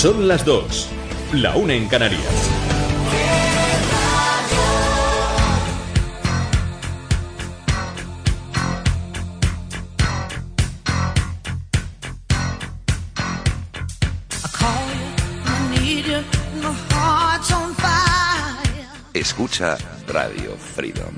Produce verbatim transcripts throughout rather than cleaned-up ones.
Son las dos, la una en Canarias. Escucha Radio Freedom.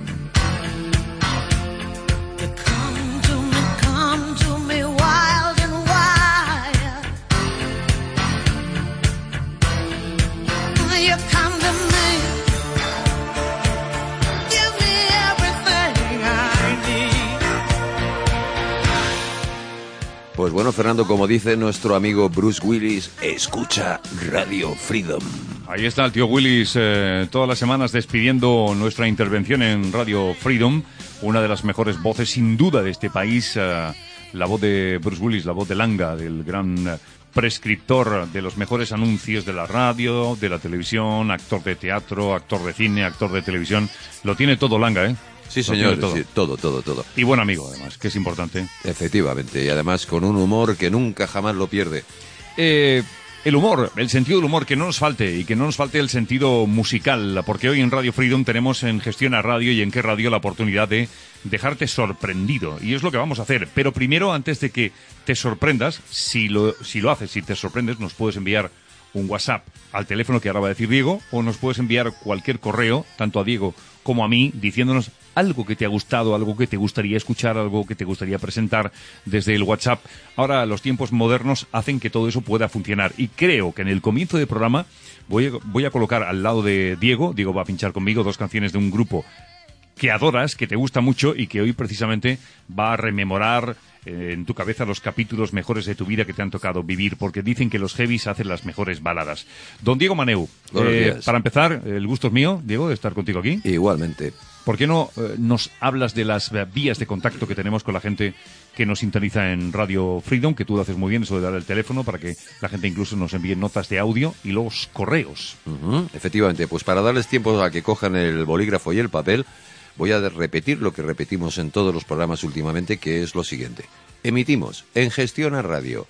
Pues bueno, Fernando, como dice nuestro amigo Bruce Willis, escucha Radio Freedom. Ahí está el tío Willis eh, todas las semanas despidiendo nuestra intervención en Radio Freedom, una de las mejores voces sin duda de este país, eh, la voz de Bruce Willis, la voz de Langa, del gran eh, prescriptor de los mejores anuncios de la radio, de la televisión, actor de teatro, actor de cine, actor de televisión, lo tiene todo Langa, ¿eh? Sí, señor, todo. Sí, todo, todo, todo. Y buen amigo, además, que es importante. Efectivamente, y además con un humor que nunca jamás lo pierde. Eh... El humor, el sentido del humor, que no nos falte, y que no nos falte el sentido musical, porque hoy en Radio Freedom tenemos en Gestiona Radio y en Qué Radio la oportunidad de dejarte sorprendido, y es lo que vamos a hacer. Pero primero, antes de que te sorprendas, si lo, si lo haces, si te sorprendes, nos puedes enviar un WhatsApp al teléfono que ahora va a decir Diego, o nos puedes enviar cualquier correo, tanto a Diego como a mí, diciéndonos algo que te ha gustado, algo que te gustaría escuchar, algo que te gustaría presentar desde el WhatsApp. Ahora los tiempos modernos hacen que todo eso pueda funcionar, y creo que en el comienzo del programa voy a, voy a colocar al lado de Diego, Diego va a pinchar conmigo dos canciones de un grupo que adoras, que te gusta mucho y que hoy precisamente va a rememorar eh, en tu cabeza los capítulos mejores de tu vida que te han tocado vivir, porque dicen que los heavies hacen las mejores baladas. Don Diego Maneu, eh, para empezar, el gusto es mío, Diego, de estar contigo aquí. Igualmente. ¿Por qué no eh, nos hablas de las eh, vías de contacto que tenemos con la gente que nos sintoniza en Radio Freedom, que tú lo haces muy bien, eso de dar el teléfono, para que la gente incluso nos envíe notas de audio, y los correos? Uh-huh. Efectivamente, pues para darles tiempo a que cojan el bolígrafo y el papel, voy a repetir lo que repetimos en todos los programas últimamente, que es lo siguiente. Emitimos en Gestiona Radio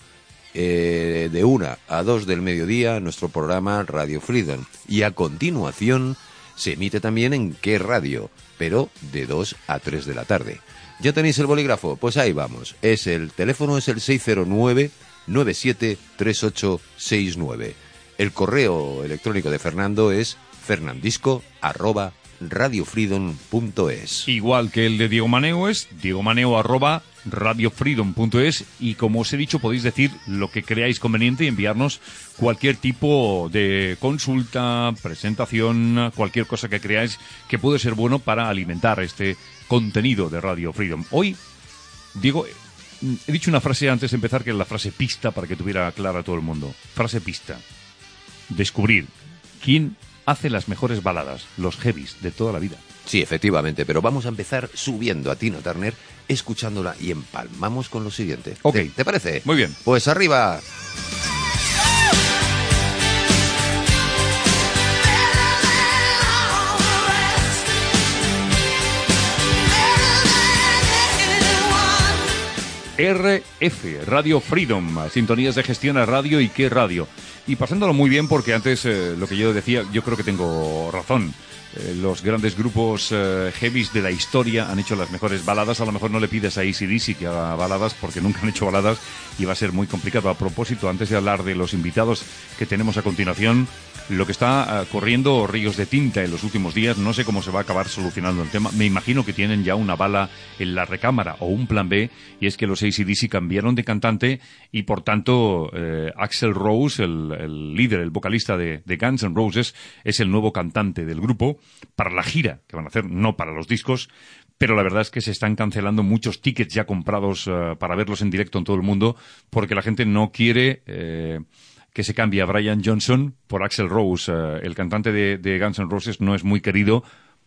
eh, de una a dos del mediodía nuestro programa Radio Freedom, y a continuación se emite también en Qué Radio, pero de dos a tres de la tarde. ¿Ya tenéis el bolígrafo? Pues ahí vamos. Es el teléfono es el seis cero nueve, nueve siete tres ocho seis nueve. El correo electrónico de Fernando es fernandisco arroba radiofreedom punto es. Igual que el de Diego Maneo es diegomaneo arroba radiofreedom punto es, y como os he dicho, podéis decir lo que creáis conveniente y enviarnos cualquier tipo de consulta, presentación, cualquier cosa que creáis que puede ser bueno para alimentar este contenido de Radio Freedom. Hoy, Diego, he dicho una frase antes de empezar, que es la frase pista, para que tuviera clara a todo el mundo. Frase pista. Descubrir quién hace las mejores baladas, los heavies de toda la vida. Sí, efectivamente, pero vamos a empezar subiendo a Tina Turner, escuchándola, y empalmamos con lo siguiente. Ok. ¿Te, te parece? Muy bien. Pues arriba. R F, Radio Freedom, sintonías de Gestión a Radio y Qué Radio. Y pasándolo muy bien, porque antes eh, lo que yo decía, yo creo que tengo razón. Eh, los grandes grupos eh, heavies de la historia han hecho las mejores baladas. A lo mejor no le pides a A C D C que haga baladas, porque nunca han hecho baladas y va a ser muy complicado. A propósito, antes de hablar de los invitados que tenemos a continuación, lo que está uh, corriendo ríos de tinta en los últimos días, no sé cómo se va a acabar solucionando el tema. Me imagino que tienen ya una bala en la recámara o un plan B, y es que los A C D C cambiaron de cantante, y por tanto eh, Axl Rose, el, el líder, el vocalista de, de Guns N' Roses, es el nuevo cantante del grupo para la gira que van a hacer, no para los discos. Pero la verdad es que se están cancelando muchos tickets ya comprados uh, para verlos en directo en todo el mundo, porque la gente no quiere eh, que se cambie a Brian Johnson por Axl Rose. Uh, el cantante de, de Guns N' Roses no es muy querido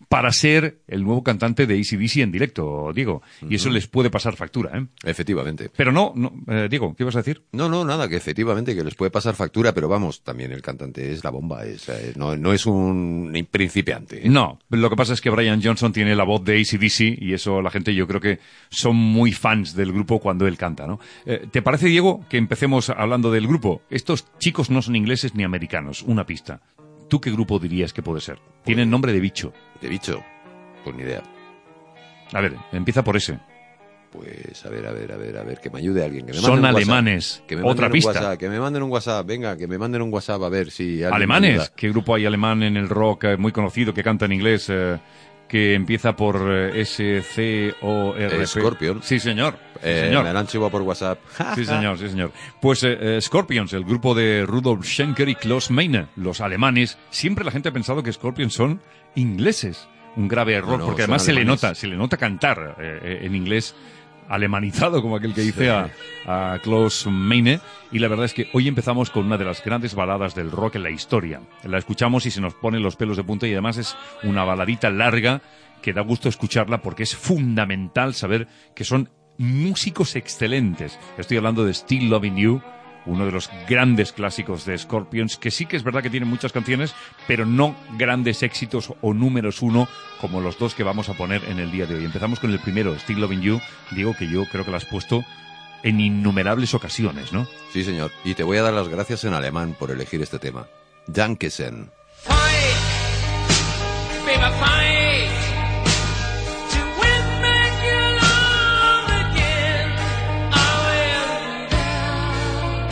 para ser el nuevo cantante de A C D C en directo, Diego. Y eso les puede pasar factura, ¿eh? Efectivamente. Pero no, no eh, Diego, ¿qué ibas a decir? No, no, nada, que efectivamente que les puede pasar factura, pero vamos, también el cantante es la bomba, es, eh, no, no es un principiante, ¿eh? No, lo que pasa es que Brian Johnson tiene la voz de A C D C y eso la gente yo creo que son muy fans del grupo cuando él canta, ¿no? Eh, ¿Te parece, Diego, que empecemos hablando del grupo? Estos chicos no son ingleses ni americanos, una pista. ¿Tú qué grupo dirías que puede ser? Tienen nombre de bicho. ¿De bicho? Pues ni idea. A ver, empieza por ese. Pues a ver, a ver, a ver, a ver, que me ayude alguien. Que me Son manden un alemanes. WhatsApp, que me Otra manden un pista. WhatsApp, que me manden un WhatsApp, venga, que me manden un WhatsApp a ver si alguien me ¿Alemanes? ayuda. ¿Qué grupo hay alemán en el rock eh, muy conocido que canta en inglés, eh, que empieza por eh, S C O R P? Scorpion. Sí, señor. Sí, Eh, señor. me la han chivado por WhatsApp. Sí, señor, sí, señor. Pues eh, eh, Scorpions, el grupo de Rudolf Schenker y Klaus Meine, los alemanes. Siempre la gente ha pensado que Scorpions son ingleses. Un grave error, No, no, porque son además se le alemanes. nota, se le nota cantar eh, eh, en inglés alemanizado, como aquel que dice Sí. a, a Klaus Meine. Y la verdad es que hoy empezamos con una de las grandes baladas del rock en la historia. La escuchamos y se nos ponen los pelos de punta, y además es una baladita larga que da gusto escucharla porque es fundamental saber que son músicos excelentes. Estoy hablando de Still Loving You, uno de los grandes clásicos de Scorpions, que sí que es verdad que tiene muchas canciones, pero no grandes éxitos o números uno como los dos que vamos a poner en el día de hoy. Empezamos con el primero, Still Loving You. Digo que yo creo que lo has puesto en innumerables ocasiones, ¿no? Sí, señor. Y te voy a dar las gracias en alemán por elegir este tema. Dankeschön. Fight, baby, fight to win back your love again. I will be there.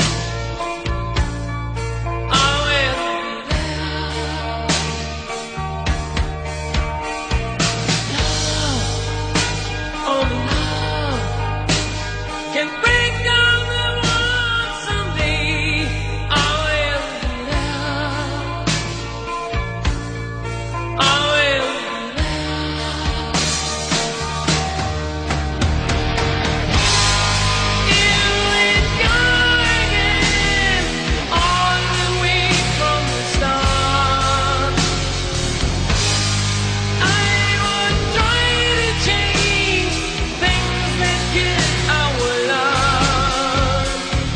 I will be there. Love, oh love, can break down the walls someday. I will be there. I will be there. You ain't going in all the way from the start. I would try to change things that get our love.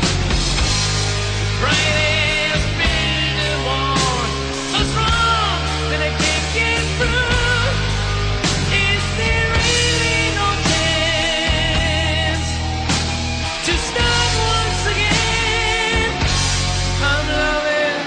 Right as been one, so strong that I can't get through. Is there really no chance to start once again? I'm loving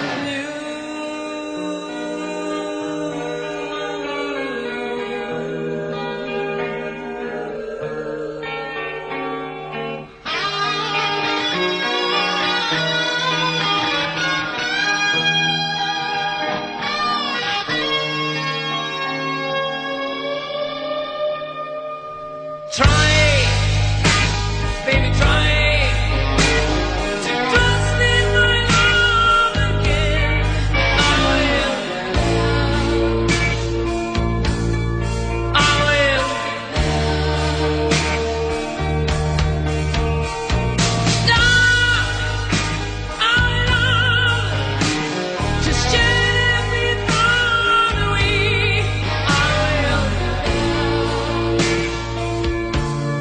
Try, baby, try to trust in my love again. I will, I will. Love, our love, just shed every thought away. I will.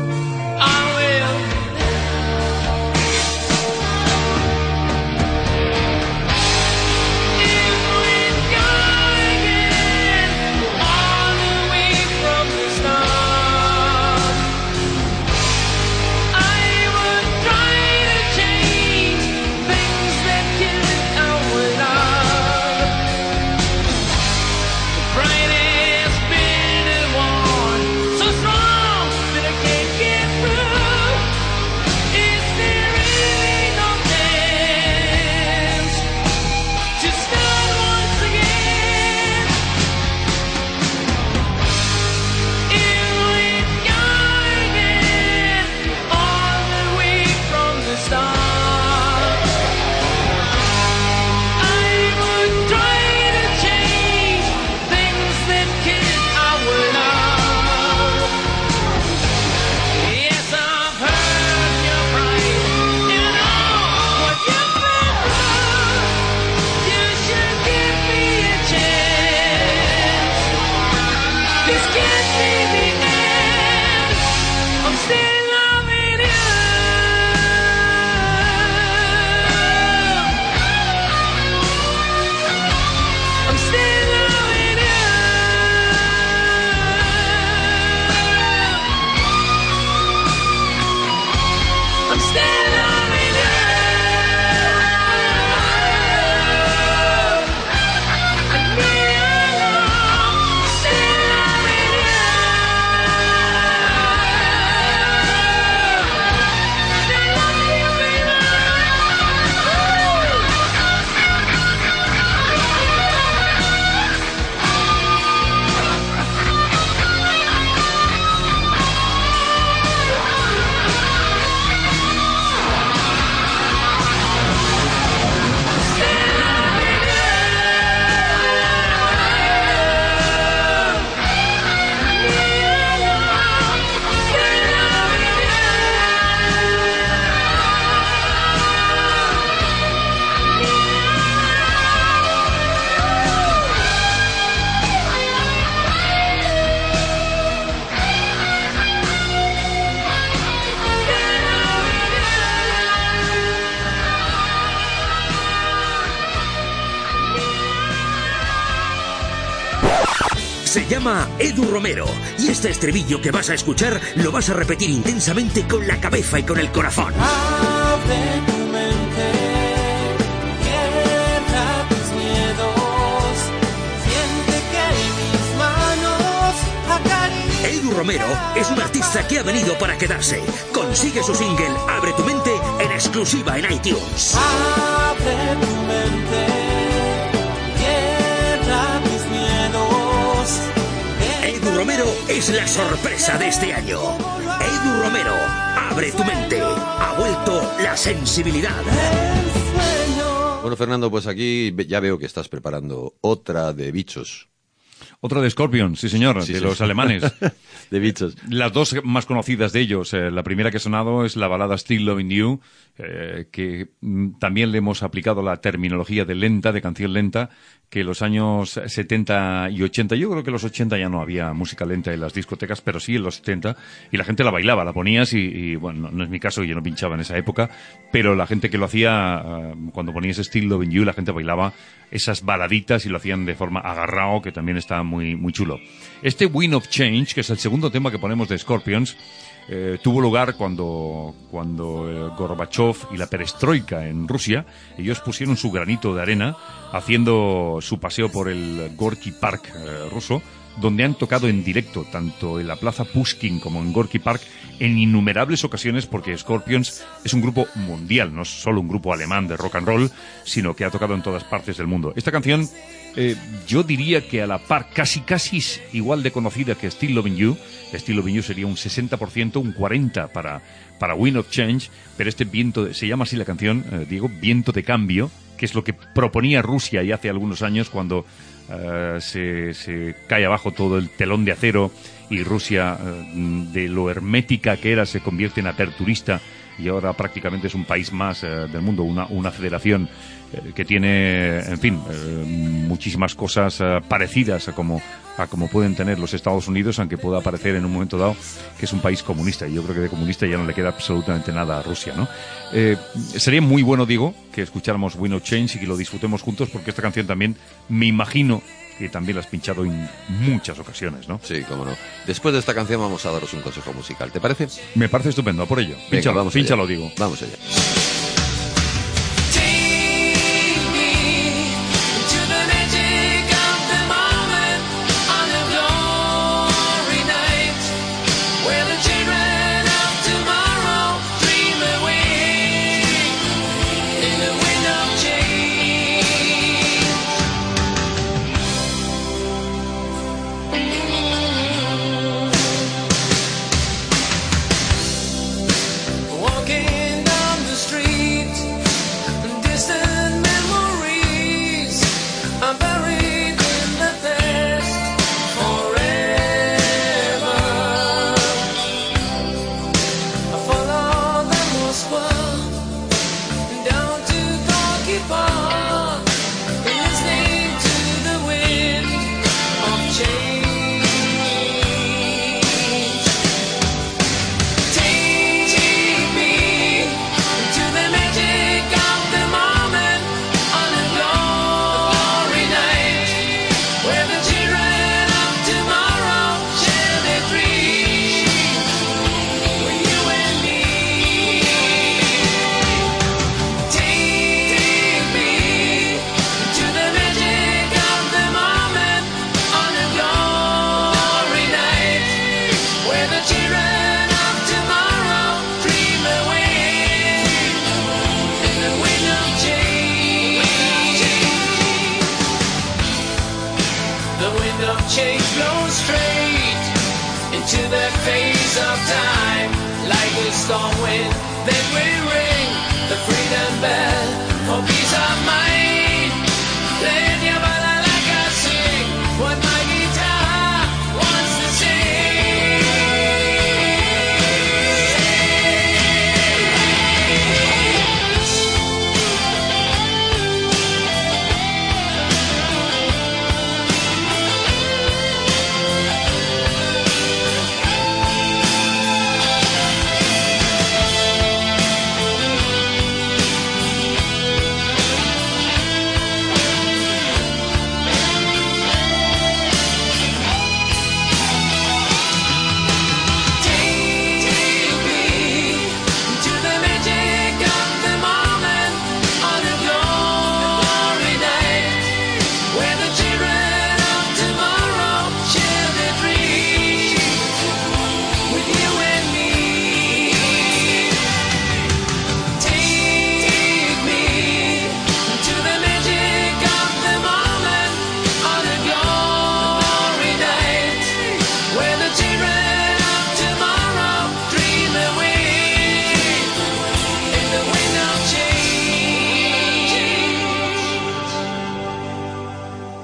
llama Edu Romero y este estribillo que vas a escuchar lo vas a repetir intensamente con la cabeza y con el corazón. Abre tu mente, cierra tus miedos, siente que mis manos acarician. Edu Romero es un artista que ha venido para quedarse. Consigue su single Abre tu mente en exclusiva en iTunes. Abre tu mente, cierra tus miedos. Edu Romero es la sorpresa de este año. Edu Romero, Abre tu mente. Ha vuelto la sensibilidad. Bueno, Fernando, pues aquí ya veo que estás preparando otra de bichos. Otra de Scorpions, sí señor, Sí, de sí. los alemanes. De bichos. Las dos más conocidas de ellos. Eh, la primera que ha sonado es la balada Still Loving You, eh, que mm, también le hemos aplicado la terminología de lenta, de canción lenta, que en los años setenta y ochenta, yo creo que en los ochenta ya no había música lenta en las discotecas, pero sí en los setenta, y la gente la bailaba, la ponías y, y bueno, no, no es mi caso, yo no pinchaba en esa época, pero la gente que lo hacía, eh, cuando ponías Still Loving You, la gente bailaba esas baladitas y lo hacían de forma agarrao, que también está muy, muy chulo. Este Wind of Change, que es el segundo tema que ponemos de Scorpions, eh, tuvo lugar cuando, cuando eh, Gorbachev y la perestroika en Rusia, ellos pusieron su granito de arena haciendo su paseo por el Gorky Park eh, ruso, donde han tocado en directo, tanto en la Plaza Pushkin como en Gorky Park, en innumerables ocasiones, porque Scorpions es un grupo mundial, no es solo un grupo alemán de rock and roll, sino que ha tocado en todas partes del mundo. Esta canción, eh, yo diría que a la par, casi casi es igual de conocida que Still Loving You. Still Loving You sería un sesenta por ciento, un cuarenta por ciento para, para Wind of Change, pero este viento, de, se llama así la canción, eh, Diego, Viento de Cambio, que es lo que proponía Rusia ya hace algunos años cuando Uh, se, se cae abajo todo el telón de acero y Rusia, uh, de lo hermética que era, se convierte en aperturista y ahora prácticamente es un país más uh, del mundo, una, una federación uh, que tiene, en fin, uh, muchísimas cosas uh, parecidas a como, a como pueden tener los Estados Unidos, aunque pueda parecer en un momento dado que es un país comunista, y yo creo que de comunista ya no le queda absolutamente nada a Rusia, ¿no? Eh, sería muy bueno, digo, que escucháramos Wind of Change y que lo disfrutemos juntos, porque esta canción también, me imagino que también la has pinchado en muchas ocasiones, ¿no? Sí, cómo no. Después de esta canción vamos a daros un consejo musical, ¿te parece? Me parece estupendo, a por ello. Venga, Pínchalo, vamos pínchalo, allá. digo. Vamos allá. Walking down the street, distant memories are buried in the past forever. I follow the Moscow down to Gorky Park, listening to the wind of change. Take me to the magic of the moment on a glory night, where the children of tomorrow share their dreams with you and me. Take me to the magic of the moment on a glory night, where the children of tomorrow dream away in the wind of change. The wind of change blows straight into the face of time, like a storm wind that will ring the freedom bell for peace of mind. Let your balalaika sing what my guitar wants to sing.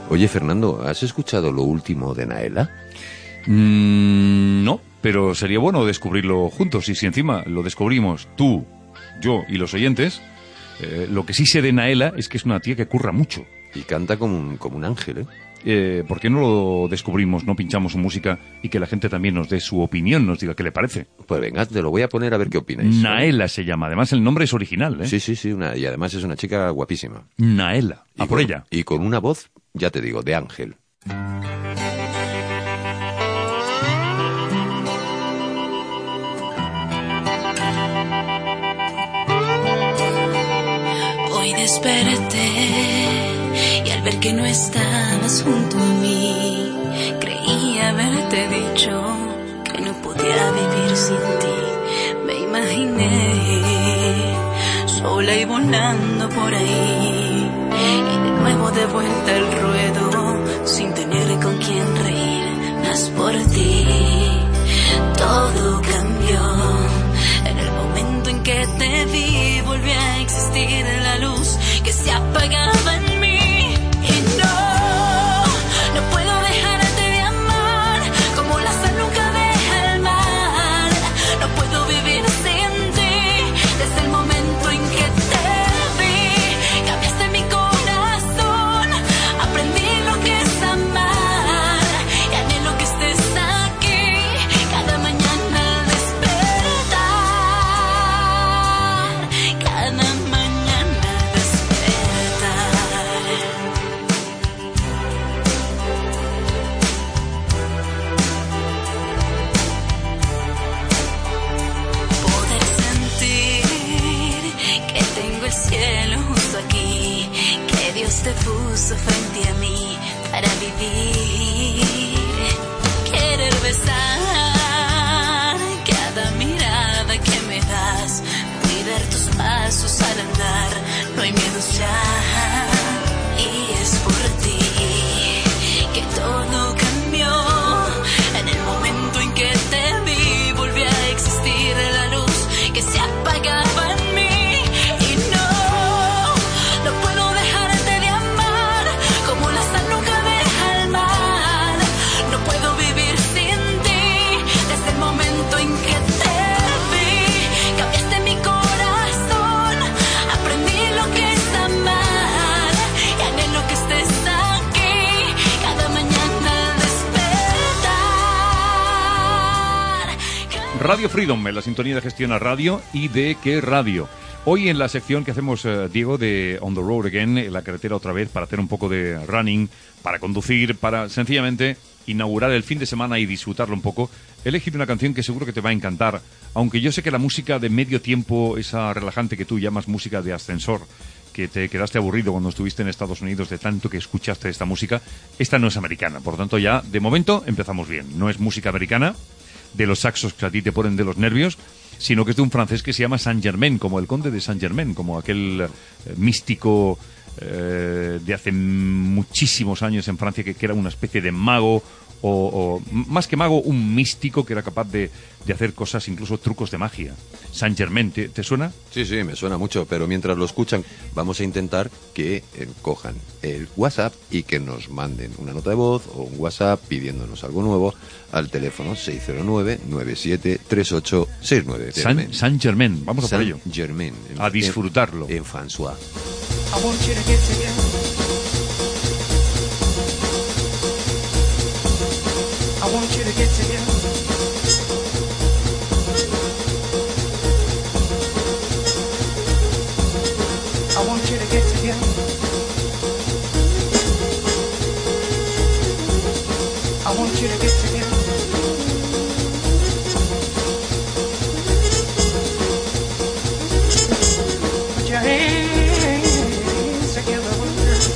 Oye, Fernando, ¿has escuchado lo último de Naela? Mm, no, pero sería bueno descubrirlo juntos. Y si encima lo descubrimos tú, yo y los oyentes, eh, lo que sí sé de Naela es que es una tía que curra mucho. Y canta como un, como un ángel, ¿eh? Eh, ¿Por qué no lo descubrimos, no pinchamos su música y que la gente también nos dé su opinión, nos diga qué le parece? Pues venga, te lo voy a poner a ver qué opináis. Naela se llama, además el nombre es original, ¿eh? Sí, sí, sí, una, y además es una chica guapísima. Naela, Y a por con- ella. Y con una voz, ya te digo, de ángel. Hoy desperté y al ver que no estabas junto a mí, creí haberte dicho que no podía vivir sin ti. Me imaginé sola y volando por ahí, y de nuevo de vuelta al ruedo, sin tener con quién reír, más por ti. Todo cambió en el momento en que te vi, volvió a existir la luz que se apagaba en mí. Y no, no puedo dejarte de amar, como la sal nunca deja el mar. No puedo vivir sin ti, desde el momento en que te vi, cambiaste mi corazón, aprendí lo que es amar, y anhelo que estés aquí, cada mañana al despertar, cada mañana al despertar. Poder sentir que tengo el cielo justo aquí, que Dios te puso frente a mí para vivir. Querer besar cada mirada que me das, cuidar tus pasos al andar, no hay miedos ya, y es por ti que todo cambió. En el momento en que te vi, volvió a existir la luz que se apagaba en mí. Y no, no puedo dejarte de amar, como la sal nunca deja el mar. No puedo vivir sin ti, desde el momento en que te vi, cambiaste mi corazón, aprendí lo que es amar, y anhelo que estés aquí, cada mañana al despertar. Radio Freedom, en la sintonía de Gestiona Radio y de qué radio. Hoy en la sección que hacemos, eh, Diego, de On the Road Again, en la carretera otra vez, para hacer un poco de running, para conducir, para sencillamente inaugurar el fin de semana y disfrutarlo un poco, he elegido una canción que seguro que te va a encantar, aunque yo sé que la música de medio tiempo, esa relajante que tú llamas música de ascensor, que te quedaste aburrido cuando estuviste en Estados Unidos de tanto que escuchaste esta música, esta no es americana. Por tanto, ya de momento empezamos bien. No es música americana, de los saxos que a ti te ponen de los nervios, sino que es de un francés que se llama Saint-Germain, como el conde de Saint-Germain, como aquel eh, místico eh, de hace muchísimos años en Francia, que, que era una especie de mago, o, o más que mago, un místico que era capaz de, de hacer cosas, incluso trucos de magia. Saint-Germain, ¿te, ¿te suena? Sí, sí, me suena mucho, pero mientras lo escuchan, vamos a intentar que eh, cojan el WhatsApp y que nos manden una nota de voz o un WhatsApp pidiéndonos algo nuevo al teléfono seis cero nueve, nueve siete tres ocho seis nueve. Saint- Saint-Germain, vamos a por ello. Saint-Germain. en- A disfrutarlo. En, en François. I want you to get together. I want you to get together. I want you to get together. I want you to get together. Put your hands together, girl.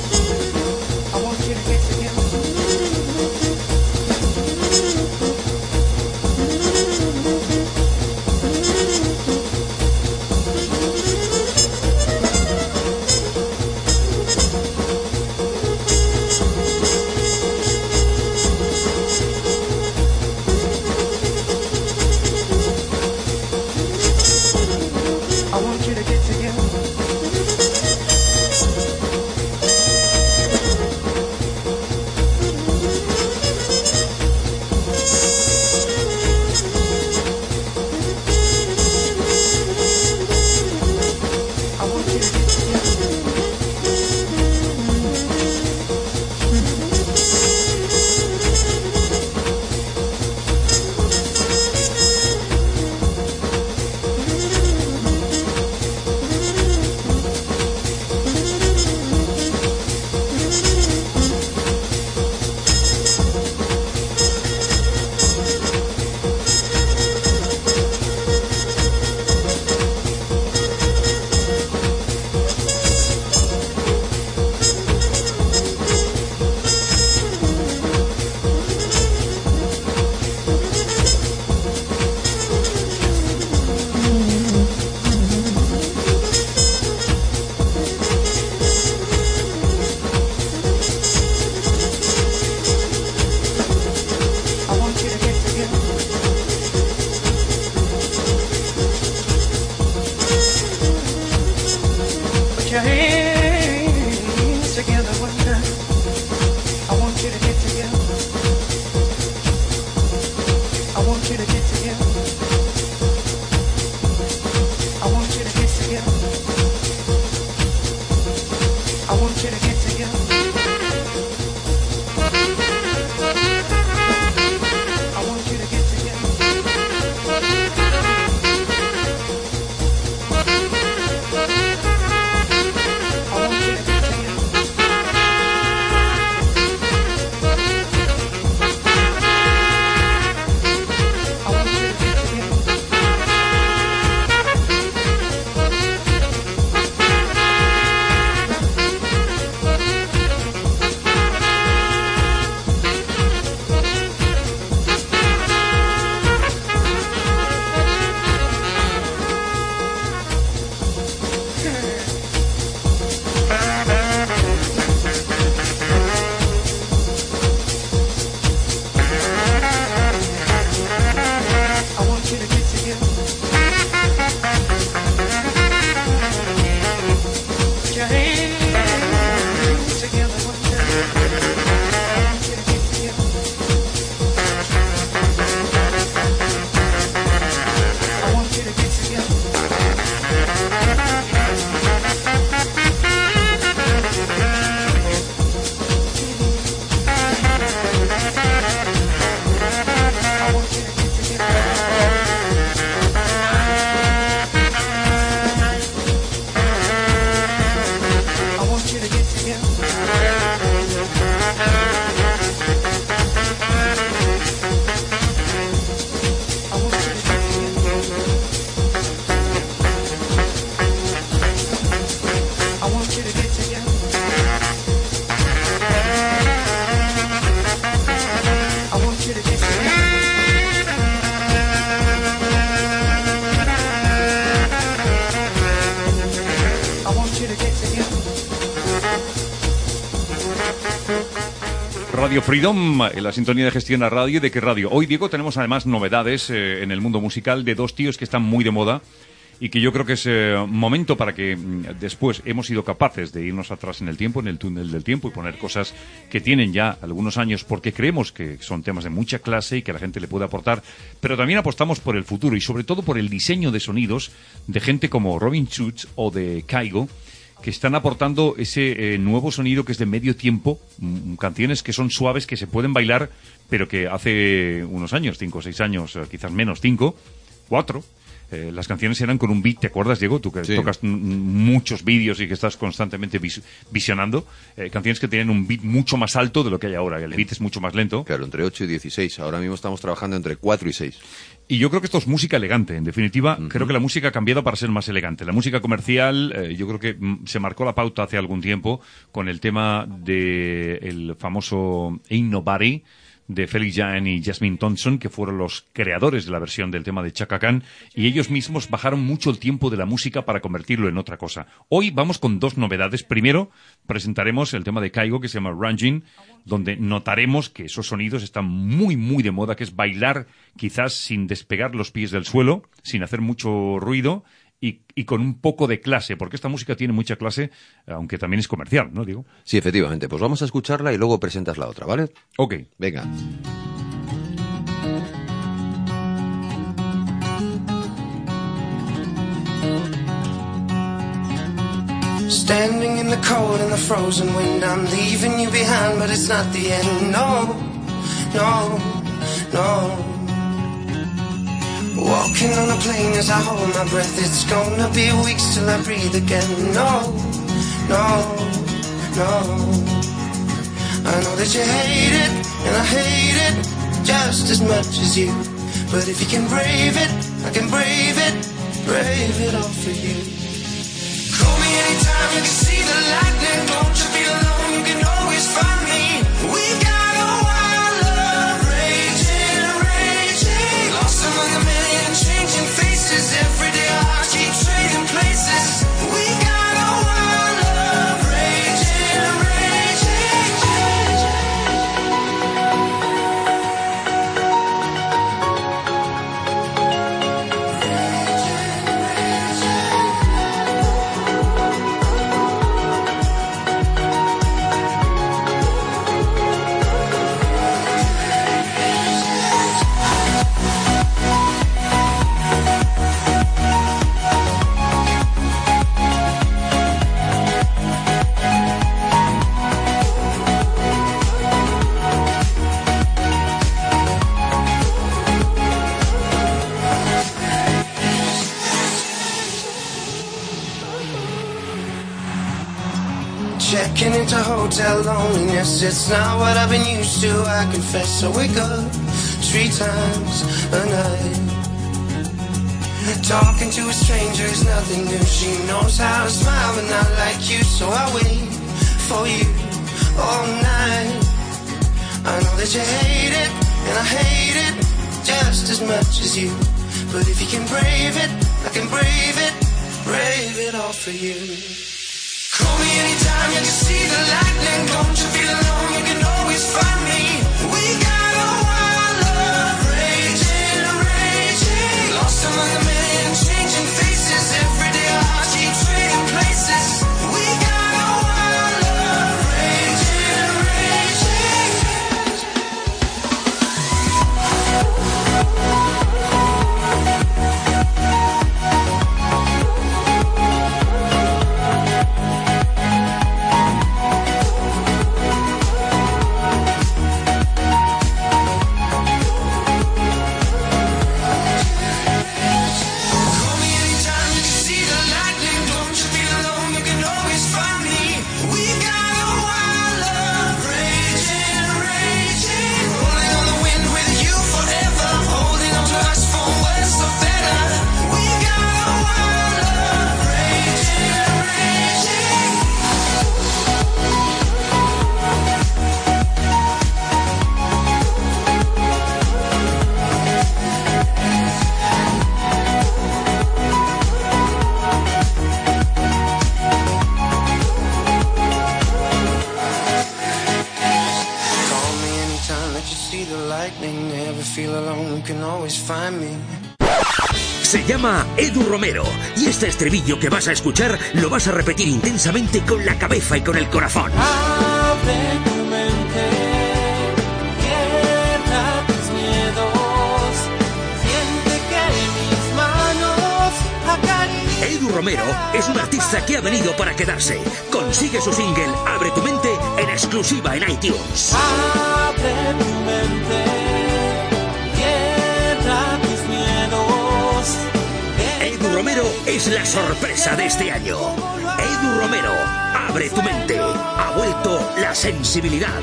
Radio Freedom, en la sintonía de Gestión a Radio. ¿De qué radio? Hoy, Diego, tenemos además novedades eh, en el mundo musical de dos tíos que están muy de moda y que yo creo que es eh, momento para que mm, después hemos sido capaces de irnos atrás en el tiempo, en el túnel del tiempo, y poner cosas que tienen ya algunos años porque creemos que son temas de mucha clase y que la gente le puede aportar, pero también apostamos por el futuro y sobre todo por el diseño de sonidos de gente como Robin Schulz o de Kygo, que están aportando ese eh, nuevo sonido que es de medio tiempo, mm, canciones que son suaves, que se pueden bailar, pero que hace unos años, cinco o seis años, eh, quizás menos, cinco, cuatro, eh, las canciones eran con un beat, ¿te acuerdas, Diego? Tú que Sí. tocas m- muchos vídeos y que estás constantemente vis- visionando, eh, canciones que tienen un beat mucho más alto de lo que hay ahora, el beat es mucho más lento. Claro, entre ocho y dieciséis. Ahora mismo estamos trabajando entre cuatro y seis. Y yo creo que esto es música elegante. En definitiva, uh-huh. creo que la música ha cambiado para ser más elegante. La música comercial, eh, yo creo que mm, se marcó la pauta hace algún tiempo con el tema de el famoso Ain't Nobody de Felix Jaehn y Jasmine Thompson, que fueron los creadores de la versión del tema de Chaka Khan, y ellos mismos bajaron mucho el tiempo de la música para convertirlo en otra cosa. Hoy vamos con dos novedades. Primero, presentaremos el tema de Kygo, que se llama Rangin', donde notaremos que esos sonidos están muy, muy de moda, que es bailar quizás sin despegar los pies del suelo, sin hacer mucho ruido, y, y con un poco de clase, porque esta música tiene mucha clase, aunque también es comercial, ¿no, Diego? Sí, efectivamente. Pues vamos a escucharla y luego presentas la otra, ¿vale? Ok. Venga. Standing in the cold and the frozen wind, I'm leaving you behind, but it's not the end. No, no, no. Walking on a plane as I hold my breath, it's gonna be weeks till I breathe again. No, no, no. I know that you hate it, and I hate it just as much as you. But if you can brave it, I can brave it, brave it all for you. Call me anytime, you can see the lightning. Don't you feel alone, you can always find me. We got a wild love raging, raging. Lost among a million changing faces. Every day our hearts keep trading places. We got a wild love raging, raging. Checking into hotel loneliness, it's not what I've been used to, I confess. I wake up three times a night. Talking to a stranger is nothing new. She knows how to smile but not like you, so I wait for you all night. I know that you hate it, and I hate it just as much as you. But if you can brave it, I can brave it, brave it all for you. Call me anytime, you can see the lightning. Don't you feel alone, you can always find me. We got a wild love raging, raging. Lost among a million changing faces. Every day our hearts keep trading places. We got a wild love raging, raging. always find me. Se llama Edu Romero y este estribillo que vas a escuchar lo vas a repetir intensamente con la cabeza y con el corazón. Abre tu mente, cierra tus miedos, siente que mis manos acarician. Edu Romero es un artista que ha venido para quedarse. Consigue su single Abre tu mente en exclusiva en iTunes. Abre tu mente, cierra tus miedos. Edu Romero es la sorpresa de este año. Edu Romero, Abre tu mente. Ha vuelto la sensibilidad.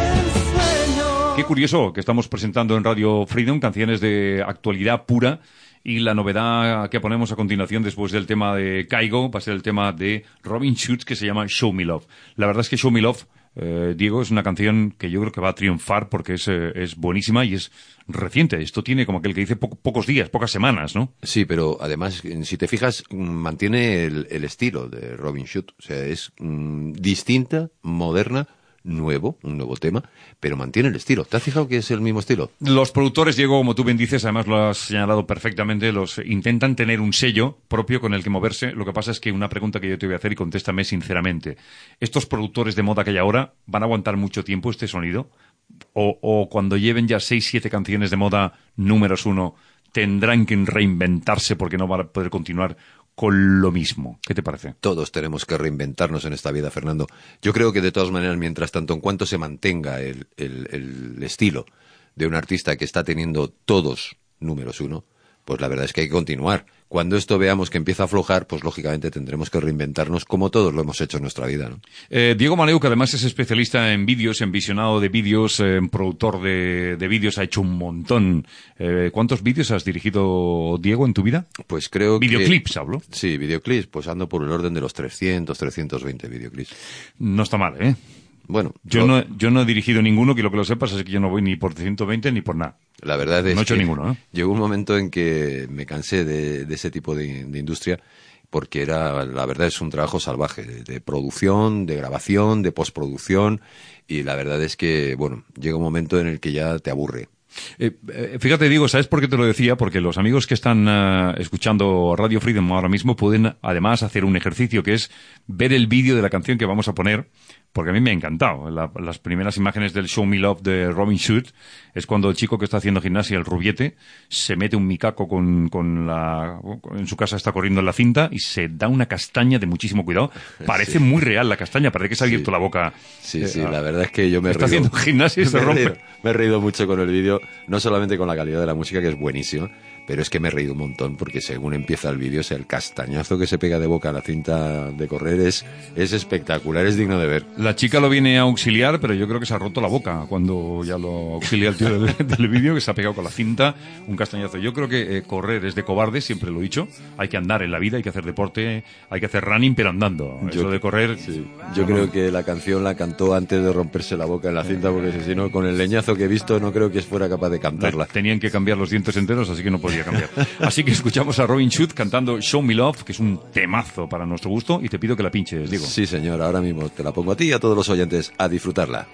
Qué curioso que estamos presentando en Radio Freedom canciones de actualidad pura. Y la novedad que ponemos a continuación después del tema de Caigo va a ser el tema de Robin Schulz que se llama Show Me Love. La verdad es que Show Me Love, eh, Diego, es una canción que yo creo que va a triunfar porque es, eh, es buenísima y es reciente. Esto tiene como aquel que dice po- pocos días, pocas semanas, ¿no? Sí, pero además, si te fijas, mantiene el, el estilo de Robin Schulz. O sea, es mm, distinta, moderna, nuevo, un nuevo tema, pero mantiene el estilo. ¿Te has fijado que es el mismo estilo? Los productores, Diego, como tú bien dices, además lo has señalado perfectamente, los intentan tener un sello propio con el que moverse. Lo que pasa es que una pregunta que yo te voy a hacer y contéstame sinceramente. ¿Estos productores de moda que hay ahora van a aguantar mucho tiempo este sonido? ¿O, o cuando lleven ya seis, siete canciones de moda números uno, tendrán que reinventarse porque no van a poder continuar con lo mismo? ¿Qué te parece? Todos tenemos que reinventarnos en esta vida, Fernando. Yo creo que de todas maneras, mientras tanto, en cuanto se mantenga el, el, el estilo de un artista que está teniendo todos números uno, pues la verdad es que hay que continuar. Cuando esto veamos que empieza a aflojar, pues lógicamente tendremos que reinventarnos como todos lo hemos hecho en nuestra vida, ¿no? Eh, Diego Maleu, que además es especialista en vídeos, en visionado de vídeos, eh, en productor de, de vídeos, ha hecho un montón. Eh, ¿Cuántos vídeos has dirigido, Diego, en tu vida? Pues creo que... Videoclips, hablo. Sí, videoclips, pues ando por el orden de los trescientos, trescientos veinte videoclips. No está mal, ¿eh? Bueno, Yo lo- no, yo no he dirigido ninguno, que lo que lo sepas es que yo no voy ni por ciento veinte ni por nada. la verdad es No he hecho que ninguno, ¿eh? llegó un momento en que me cansé de, de ese tipo de, de industria porque era, la verdad es un trabajo salvaje, de, de producción, de grabación, de postproducción, y la verdad es que, bueno, llega un momento en el que ya te aburre. Eh, eh, fíjate, Diego, ¿sabes por qué te lo decía? Porque los amigos que están uh, escuchando Radio Freedom ahora mismo pueden además hacer un ejercicio que es ver el vídeo de la canción que vamos a poner, porque a mí me ha encantado. La, las primeras imágenes del Show Me Love de Robin Schulz es cuando el chico que está haciendo gimnasia, el rubiete, se mete un micaco con, con la, en su casa está corriendo en la cinta y se da una castaña de muchísimo cuidado. Parece Sí. muy real la castaña, parece que se ha abierto Sí. la boca. Sí, Eh, sí, ah, la verdad es que yo me he está reído. haciendo gimnasia y se me he rompe. reído- Me he reído mucho con el vídeo, no solamente con la calidad de la música, que es buenísima, pero es que me he reído un montón porque según empieza el vídeo, o sea, el castañazo que se pega de boca a la cinta de correr es, es espectacular, es digno de ver. La chica lo viene a auxiliar, pero yo creo que se ha roto la boca cuando ya lo auxilia el tío del, del vídeo, que se ha pegado con la cinta, un castañazo. Yo creo que eh, correr es de cobarde, siempre lo he dicho. Hay que andar en la vida, hay que hacer deporte, hay que hacer running, pero andando. Eso de correr... Sí. Yo creo que la canción la cantó antes de romperse la boca en la cinta, porque si no, con el leñazo que he visto, no creo que fuera capaz de cantarla. Tenían que cambiar los dientes enteros, así que no podía cambiar. Así que escuchamos a Robin Schulz cantando Show Me Love, que es un temazo para nuestro gusto, y te pido que la pinches, digo. Sí, señor, ahora mismo te la pongo a ti y a todos los oyentes a disfrutarla.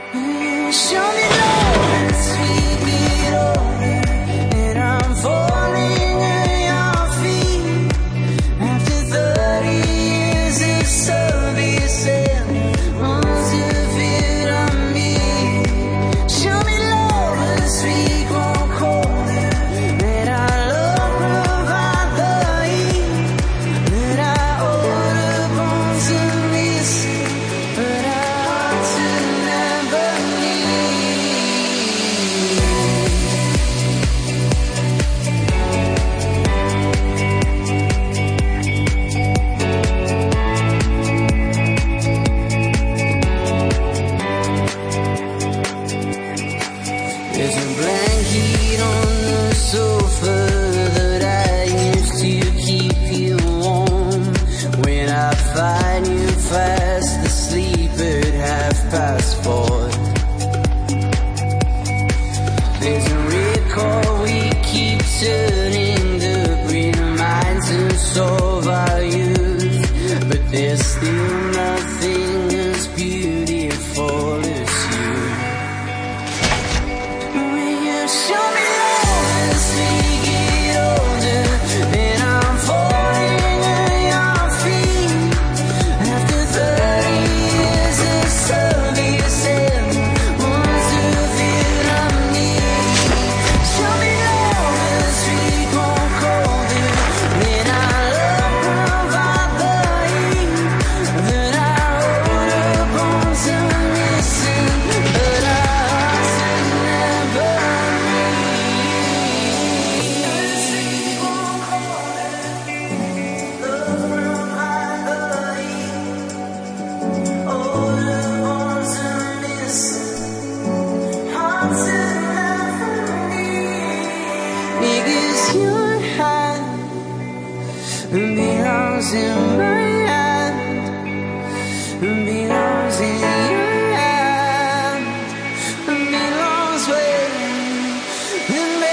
Show me love, sweet little, and I'm falling at your feet. After thirty years of service and months of it on me. Show me love, a sweet warm cold. Let our love provide the heat. Let our older bonds unleash, but our hearts will never leave. belongs in my hand, belongs in your hand, belongs with me.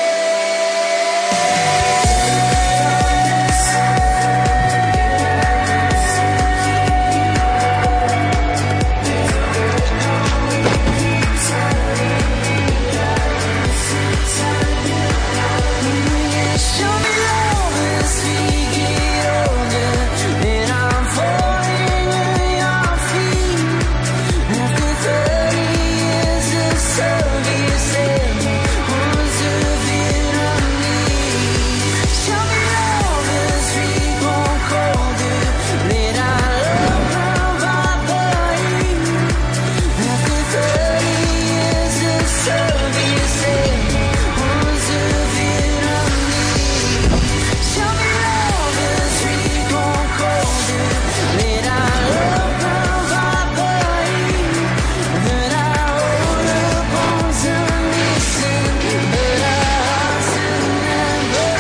Show me love as we get older, and I'm falling at your feet. After thirty years of service and months of enemy, show me love as we grow colder, let our love grow body. After thirty years of service and months of enemy, show me love as we grow colder, let our love grow body. That our older bones are missing, but our hearts are never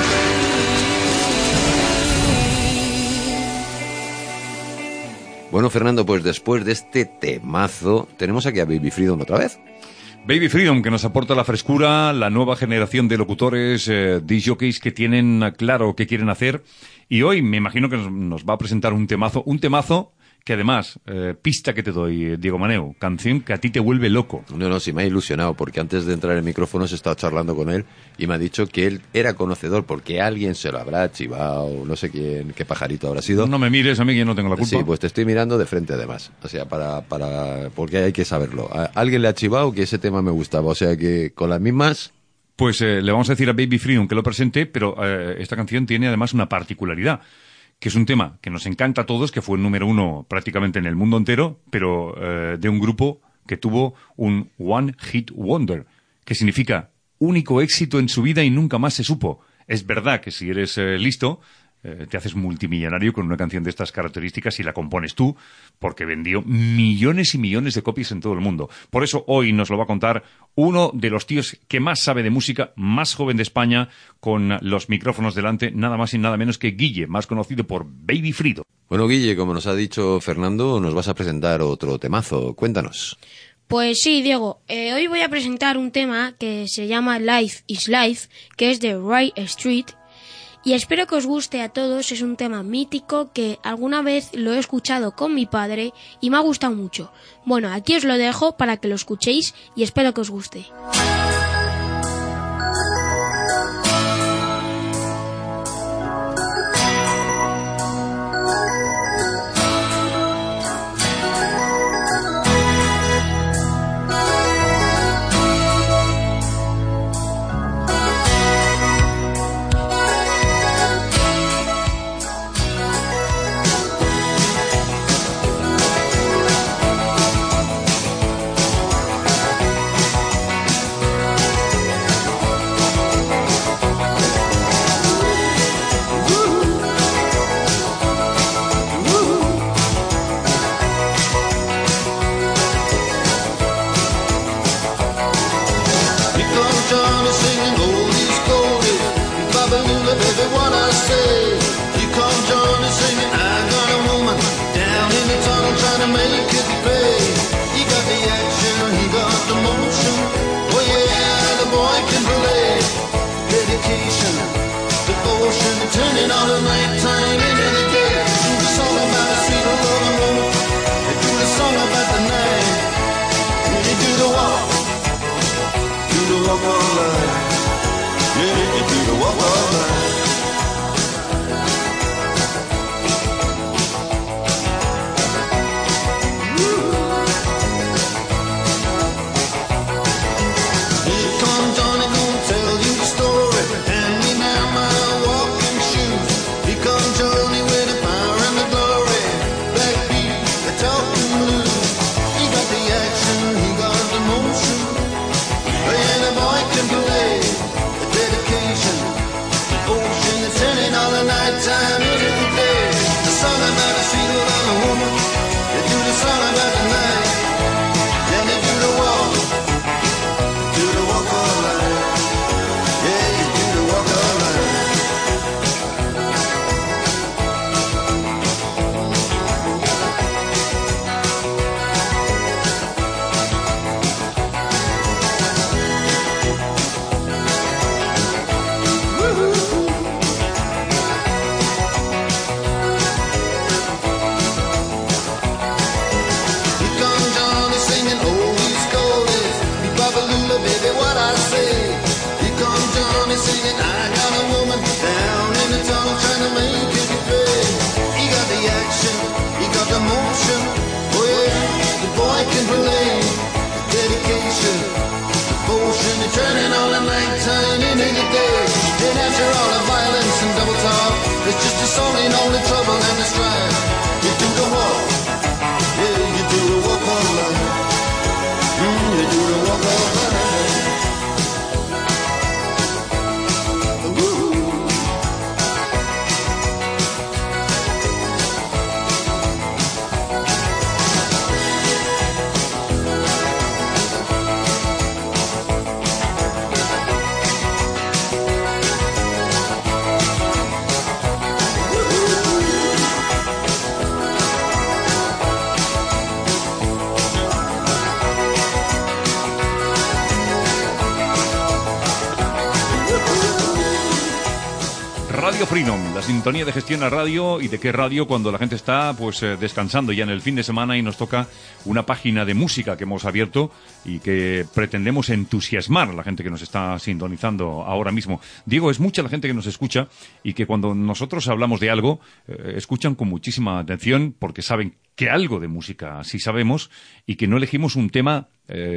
leave. Bueno, Fernando, pues después de este temazo, tenemos aquí a Baby Freedom otra vez. Baby Freedom, que nos aporta la frescura, la nueva generación de locutores, eh, disc jockeys que tienen claro qué quieren hacer. Y hoy me imagino que nos, nos va a presentar un temazo, un temazo que además, eh, pista que te doy, eh, Diego Maneu, canción que a ti te vuelve loco. No, no, sí me ha ilusionado, porque antes de entrar en el micrófono he estado charlando con él y me ha dicho que él era conocedor, porque alguien se lo habrá chivado, no sé quién, qué pajarito habrá sido. No me mires a mí, que yo no tengo la culpa. Sí, pues te estoy mirando de frente además, o sea, para, para, porque hay que saberlo. A alguien le ha chivado que ese tema me gustaba, o sea que con las mismas... Pues eh, le vamos a decir a Baby Freedom que lo presente, pero eh, esta canción tiene además una particularidad, que es un tema que nos encanta a todos, que fue el número uno prácticamente en el mundo entero, pero eh, de un grupo que tuvo un One Hit Wonder, que significa único éxito en su vida y nunca más se supo. Es verdad que si eres eh, listo, eh, te haces multimillonario con una canción de estas características y la compones tú, porque vendió millones y millones de copias en todo el mundo. Por eso hoy nos lo va a contar uno de los tíos que más sabe de música, más joven de España, con los micrófonos delante, nada más y nada menos que Guille, más conocido por Baby Freedom. Bueno, Guille, como nos ha dicho Fernando, nos vas a presentar otro temazo. Cuéntanos. Pues sí, Diego, eh, hoy voy a presentar un tema que se llama Life is Life, que es de Wright Street, y espero que os guste a todos. Es un tema mítico que alguna vez lo he escuchado con mi padre y me ha gustado mucho. Bueno, aquí os lo dejo para que lo escuchéis y espero que os guste. Turning all the nighttime into the day. Do the song about the sweet love and woman. They do the song about the night. They do the walk, do the walk of life. Yeah, they do the walk of life. Here comes Johnny, gonna tell you the story. Hand me now my walking shoes. Here comes Johnny with the power and the glory. Backbeat, the talking blues. He got the action, he got the motion. And the boy can play. The dedication, devotion, the turning all the night time into the day. The song about the sweet love and woman. They do the song about the night. Then they do the walk, do the walk of life. Yeah, you do the walk of life. Freedom, la sintonía de Gestión a Radio. ¿Y de qué radio? Cuando la gente está pues eh, descansando ya en el fin de semana y nos toca una página de música que hemos abierto y que pretendemos entusiasmar a la gente que nos está sintonizando ahora mismo. Diego, es mucha la gente que nos escucha y que cuando nosotros hablamos de algo eh, escuchan con muchísima atención porque saben que algo de música sí sabemos y que no elegimos un tema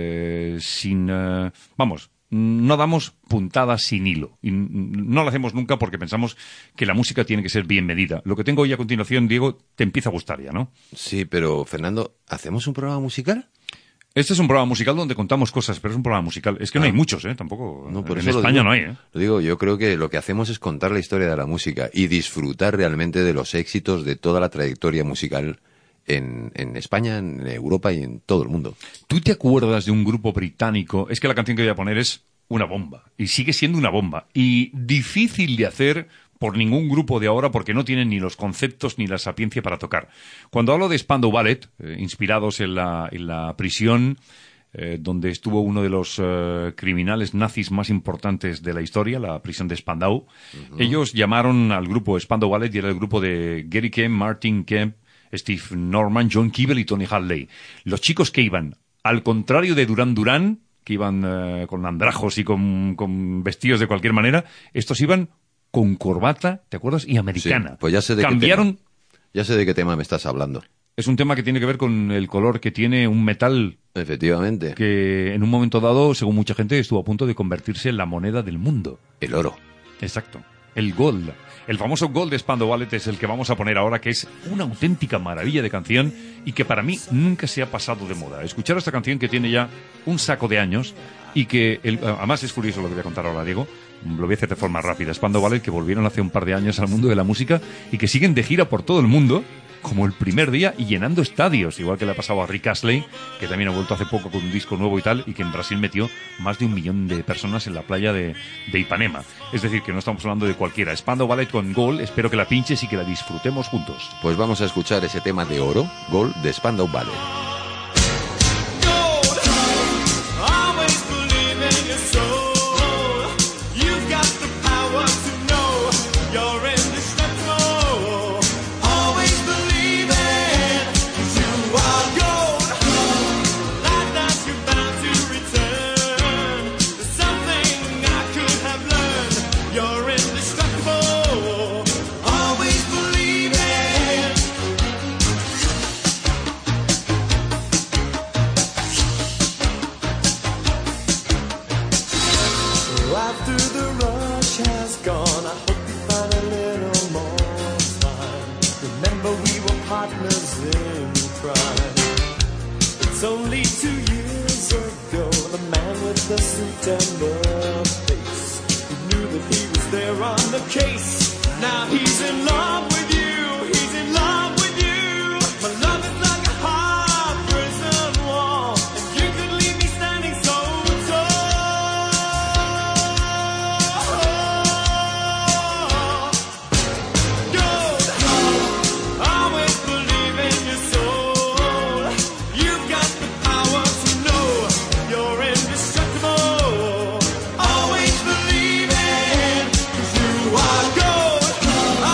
eh, sin... Eh, vamos... No damos puntadas sin hilo. Y no lo hacemos nunca porque pensamos que la música tiene que ser bien medida. Lo que tengo hoy a continuación, Diego, te empieza a gustar ya, ¿no? Sí, pero, Fernando, ¿hacemos un programa musical? Este es un programa musical donde contamos cosas, pero es un programa musical. Es que no Ah. hay muchos, ¿eh? Tampoco. No, por en eso lo España digo. no hay, ¿eh? Lo digo, yo creo que lo que hacemos es contar la historia de la música y disfrutar realmente de los éxitos de toda la trayectoria musical en, en España, en Europa y en todo el mundo. ¿Tú te acuerdas de un grupo británico? Es que la canción que voy a poner es una bomba. Y sigue siendo una bomba. Y difícil de hacer por ningún grupo de ahora porque no tienen ni los conceptos ni la sapiencia para tocar. Cuando hablo de Spandau Ballet, eh, inspirados en la, en la prisión eh, donde estuvo uno de los eh, criminales nazis más importantes de la historia, la prisión de Spandau, uh-huh. Ellos llamaron al grupo Spandau Ballet y era el grupo de Gary Kemp, Martin Kemp, Steve Norman, John Keeble y Tony Hadley. Los chicos que iban, al contrario de Duran Duran, que iban eh, con andrajos y con, con vestidos de cualquier manera, estos iban con corbata, ¿te acuerdas? Y americana. Sí, pues ya sé de Cambiaron. qué tema. Ya sé de qué tema me estás hablando. Es un tema que tiene que ver con el color que tiene un metal. Efectivamente. Que en un momento dado, según mucha gente, estuvo a punto de convertirse en la moneda del mundo. El oro. Exacto. El gold. El famoso Gold de Spandau Ballet es el que vamos a poner ahora, que es una auténtica maravilla de canción y que para mí nunca se ha pasado de moda. Escuchar esta canción que tiene ya un saco de años y que, el, además es curioso lo que voy a contar ahora, Diego, lo voy a hacer de forma rápida. Spandau Ballet, que volvieron hace un par de años al mundo de la música y que siguen de gira por todo el mundo, como el primer día y llenando estadios, igual que le ha pasado a Rick Astley, que también ha vuelto hace poco con un disco nuevo y tal, y que en Brasil metió más de un millón de personas en la playa de, de Ipanema. Es decir, que no estamos hablando de cualquiera. Spandau Ballet con Gold, espero que la pinches y que la disfrutemos juntos. Pues vamos a escuchar ese tema de oro, Gold de Spandau Ballet. Always believe it, 'cause you are gold.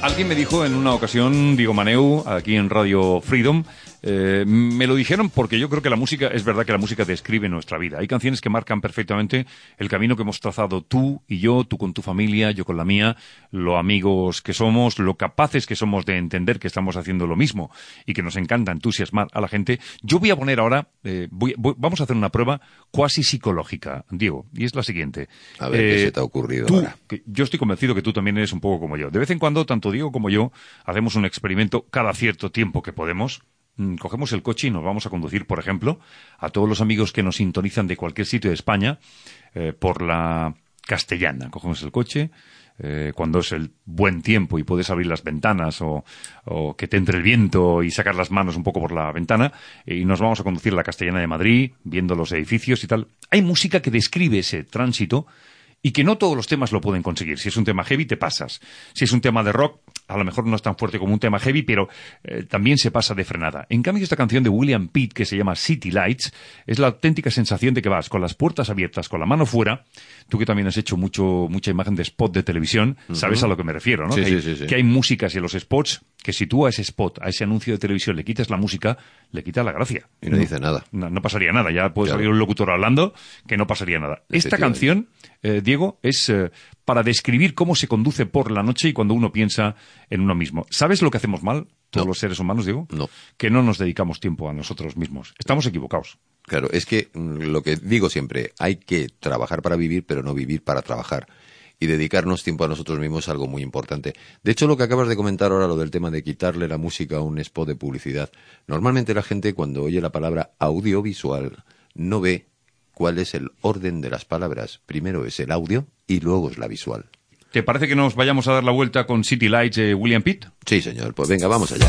Alguien me dijo en una ocasión, Diego Maneu, aquí en Radio Freedom, eh, me lo dijeron porque yo creo que la música, es verdad que la música describe nuestra vida. Hay canciones que marcan perfectamente el camino que hemos trazado tú y yo, tú con tu familia, yo con la mía, lo amigos que somos, lo capaces que somos de entender que estamos haciendo lo mismo y que nos encanta entusiasmar a la gente. Yo voy a poner ahora, eh, voy, voy, vamos a hacer una prueba cuasi psicológica, Diego, y es la siguiente. A ver, eh, ¿qué se te ha ocurrido tú, ahora? que yo estoy convencido que tú también eres un poco como yo. De vez en cuando, tanto Diego como yo, hacemos un experimento cada cierto tiempo que podemos. Mm, Cogemos el coche y nos vamos a conducir, por ejemplo, a todos los amigos que nos sintonizan de cualquier sitio de España eh, por la Castellana. Cogemos el coche, eh, cuando es el buen tiempo y puedes abrir las ventanas o, o que te entre el viento y sacar las manos un poco por la ventana, y nos vamos a conducir a la Castellana de Madrid, viendo los edificios y tal. Hay música que describe ese tránsito y que no todos los temas lo pueden conseguir. Si es un tema heavy, te pasas. Si es un tema de rock, a lo mejor no es tan fuerte como un tema heavy, pero eh, también se pasa de frenada. En cambio, esta canción de William Pitt, que se llama City Lights, es la auténtica sensación de que vas con las puertas abiertas, con la mano fuera. Tú que también has hecho mucho mucha imagen de spot de televisión, uh-huh. Sabes a lo que me refiero, ¿no? Sí, que, sí, hay, sí, sí. que hay músicas y en los spots que si tú a ese spot, a ese anuncio de televisión le quitas la música, le quitas la gracia. Y no, no dice nada. No, no pasaría nada. Ya puede Claro. salir un locutor hablando que no pasaría nada. Esta canción, eh, Diego, es eh, para describir cómo se conduce por la noche y cuando uno piensa en uno mismo. ¿Sabes lo que hacemos mal todos No. los seres humanos, Diego? No. Que no nos dedicamos tiempo a nosotros mismos. Estamos equivocados. Claro, es que mm, lo que digo siempre, hay que trabajar para vivir, pero no vivir para trabajar. Y dedicarnos tiempo a nosotros mismos es algo muy importante. De hecho, lo que acabas de comentar ahora, lo del tema de quitarle la música a un spot de publicidad, normalmente la gente cuando oye la palabra audiovisual no ve cuál es el orden de las palabras. Primero es el audio y luego es la visual. ¿Te parece que nos vayamos a dar la vuelta con City Lights de William Pitt? Sí, señor. Pues venga, vamos allá.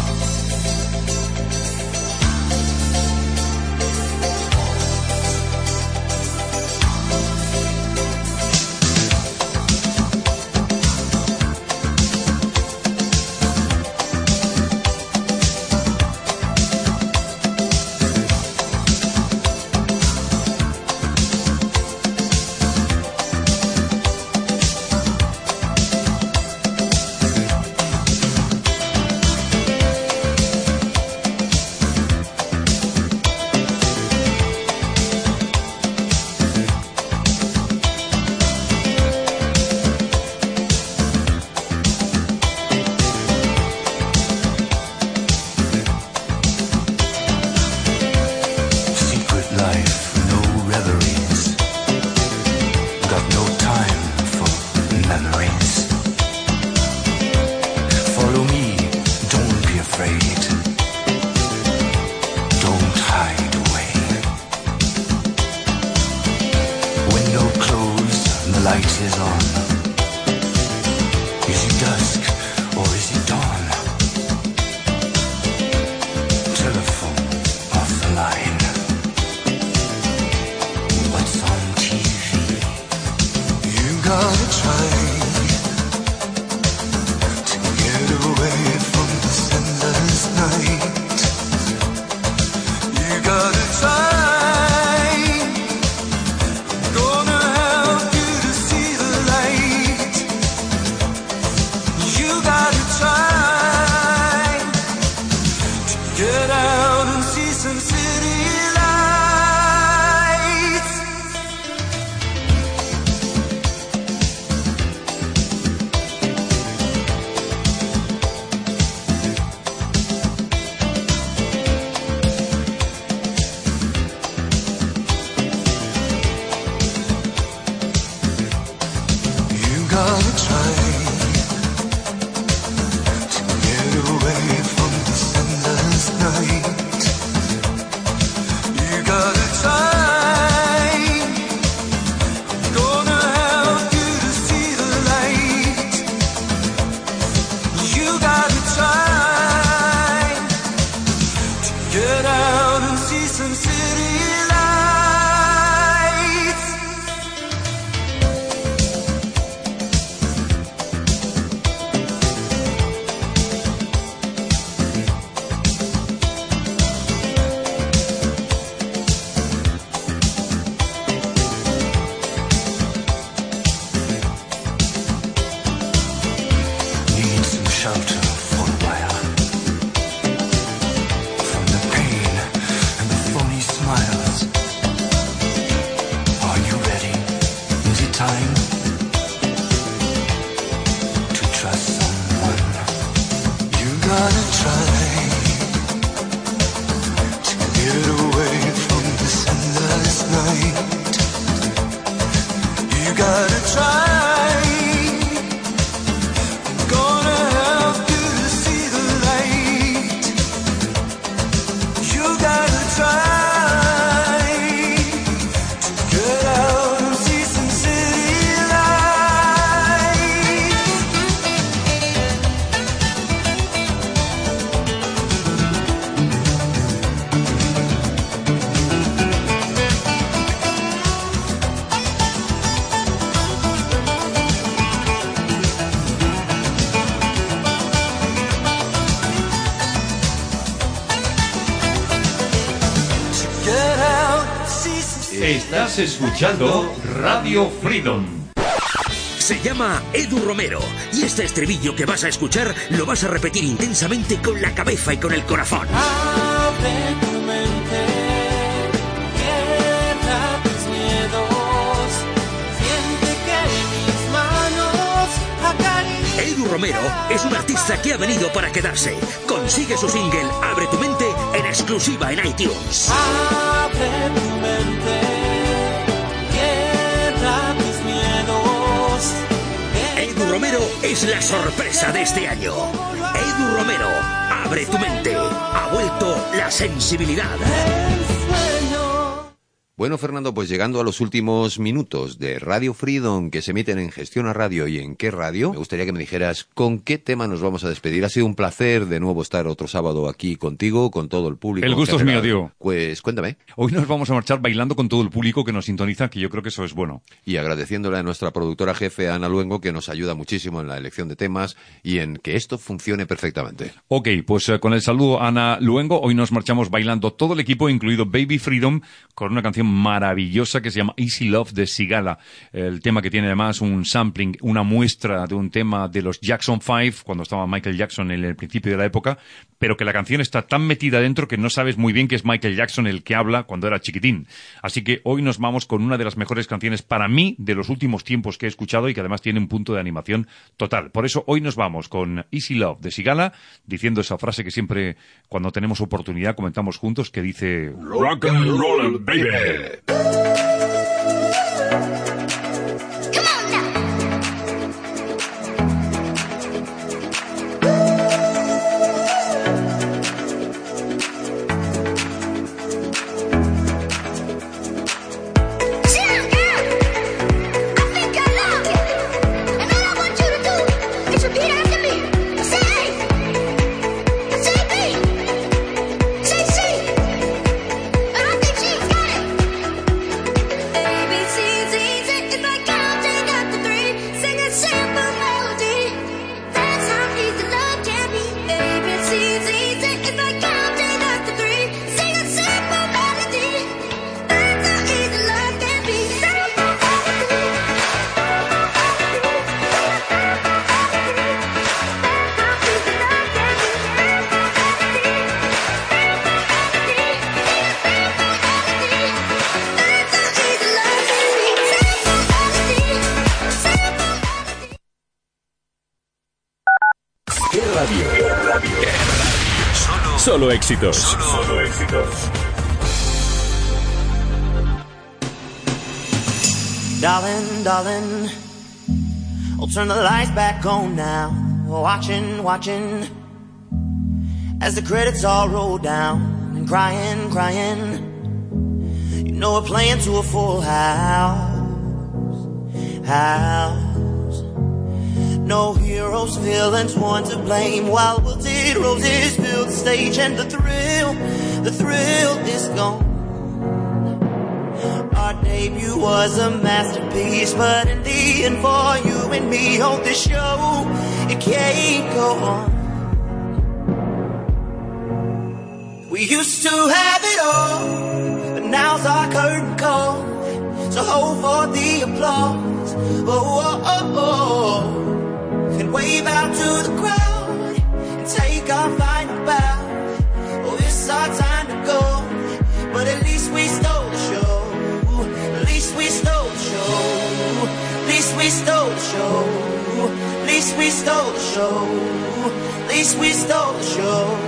Estás escuchando Radio Freedom. Se llama Edu Romero y este estribillo que vas a escuchar lo vas a repetir intensamente con la cabeza y con el corazón. Abre tu mente, cierra tus miedos, siente que mis manos acarician. Edu Romero es un artista que ha venido para quedarse. Consigue su single Abre tu mente en exclusiva en iTunes. Abre tu mente, cierra tus miedos. Edu Romero es la sorpresa de este año. Edu Romero, Abre tu mente. Ha vuelto la sensibilidad. Bueno, Fernando, pues llegando a los últimos minutos de Radio Freedom que se emiten en Gestiona Radio y en Qué Radio, me gustaría que me dijeras con qué tema nos vamos a despedir. Ha sido un placer de nuevo estar otro sábado aquí contigo, con todo el público. El gusto es mío, Diego. Pues cuéntame. Hoy nos vamos a marchar bailando con todo el público que nos sintoniza, que yo creo que eso es bueno. Y agradeciéndole a nuestra productora jefe, Ana Luengo, que nos ayuda muchísimo en la elección de temas y en que esto funcione perfectamente. Ok, pues eh, con el saludo a Ana Luengo, hoy nos marchamos bailando todo el equipo, incluido Baby Freedom, con una canción maravillosa que se llama Easy Love de Sigala. El tema que tiene además un sampling, una muestra de un tema de los Jackson Five, cuando estaba Michael Jackson en el principio de la época, pero que la canción está tan metida dentro que no sabes muy bien que es Michael Jackson el que habla cuando era chiquitín. Así que hoy nos vamos con una de las mejores canciones para mí de los últimos tiempos que he escuchado y que además tiene un punto de animación total. Por eso hoy nos vamos con Easy Love de Sigala, diciendo esa frase que siempre cuando tenemos oportunidad comentamos juntos, que dice Rock and roll, baby. Solo éxitos. Solo éxitos. Darling, darling, I'll turn the lights back on now. Watching, watching, as the credits all roll down. And crying, crying, you know we're playing to a full house. House. No heroes, villains, one to blame. While wilted roses fill the stage, and the thrill, the thrill is gone. Our debut was a masterpiece, but in the end, for you and me on this show, it can't go on. We used to have it all, but now's our curtain call. So hold for the applause. Oh, oh, oh, oh. And wave out to the crowd and take our final bow. Oh, it's our time to go, but at least we stole the show. At least we stole the show. At least we stole the show. At least we stole the show. At least we stole the show.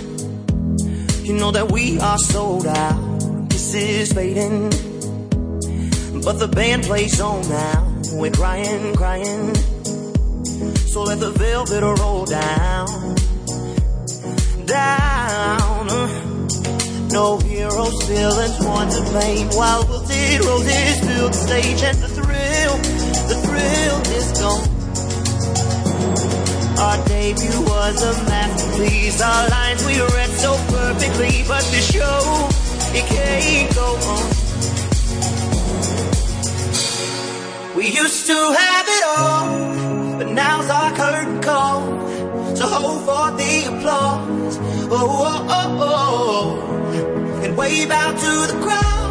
You know that we are sold out. This is fading. but the band plays on now. We're crying, crying, so let the velvet roll down, down. No heroes, villains, one to blame, while wilted roses fill the stage, and the thrill, the thrill is gone. Our debut was a masterpiece, our lines we read so perfectly, but the show, it can't go on. We used to have it all, but now's our curtain call, so hold for the applause, oh, oh, oh, oh, and wave out to the crowd.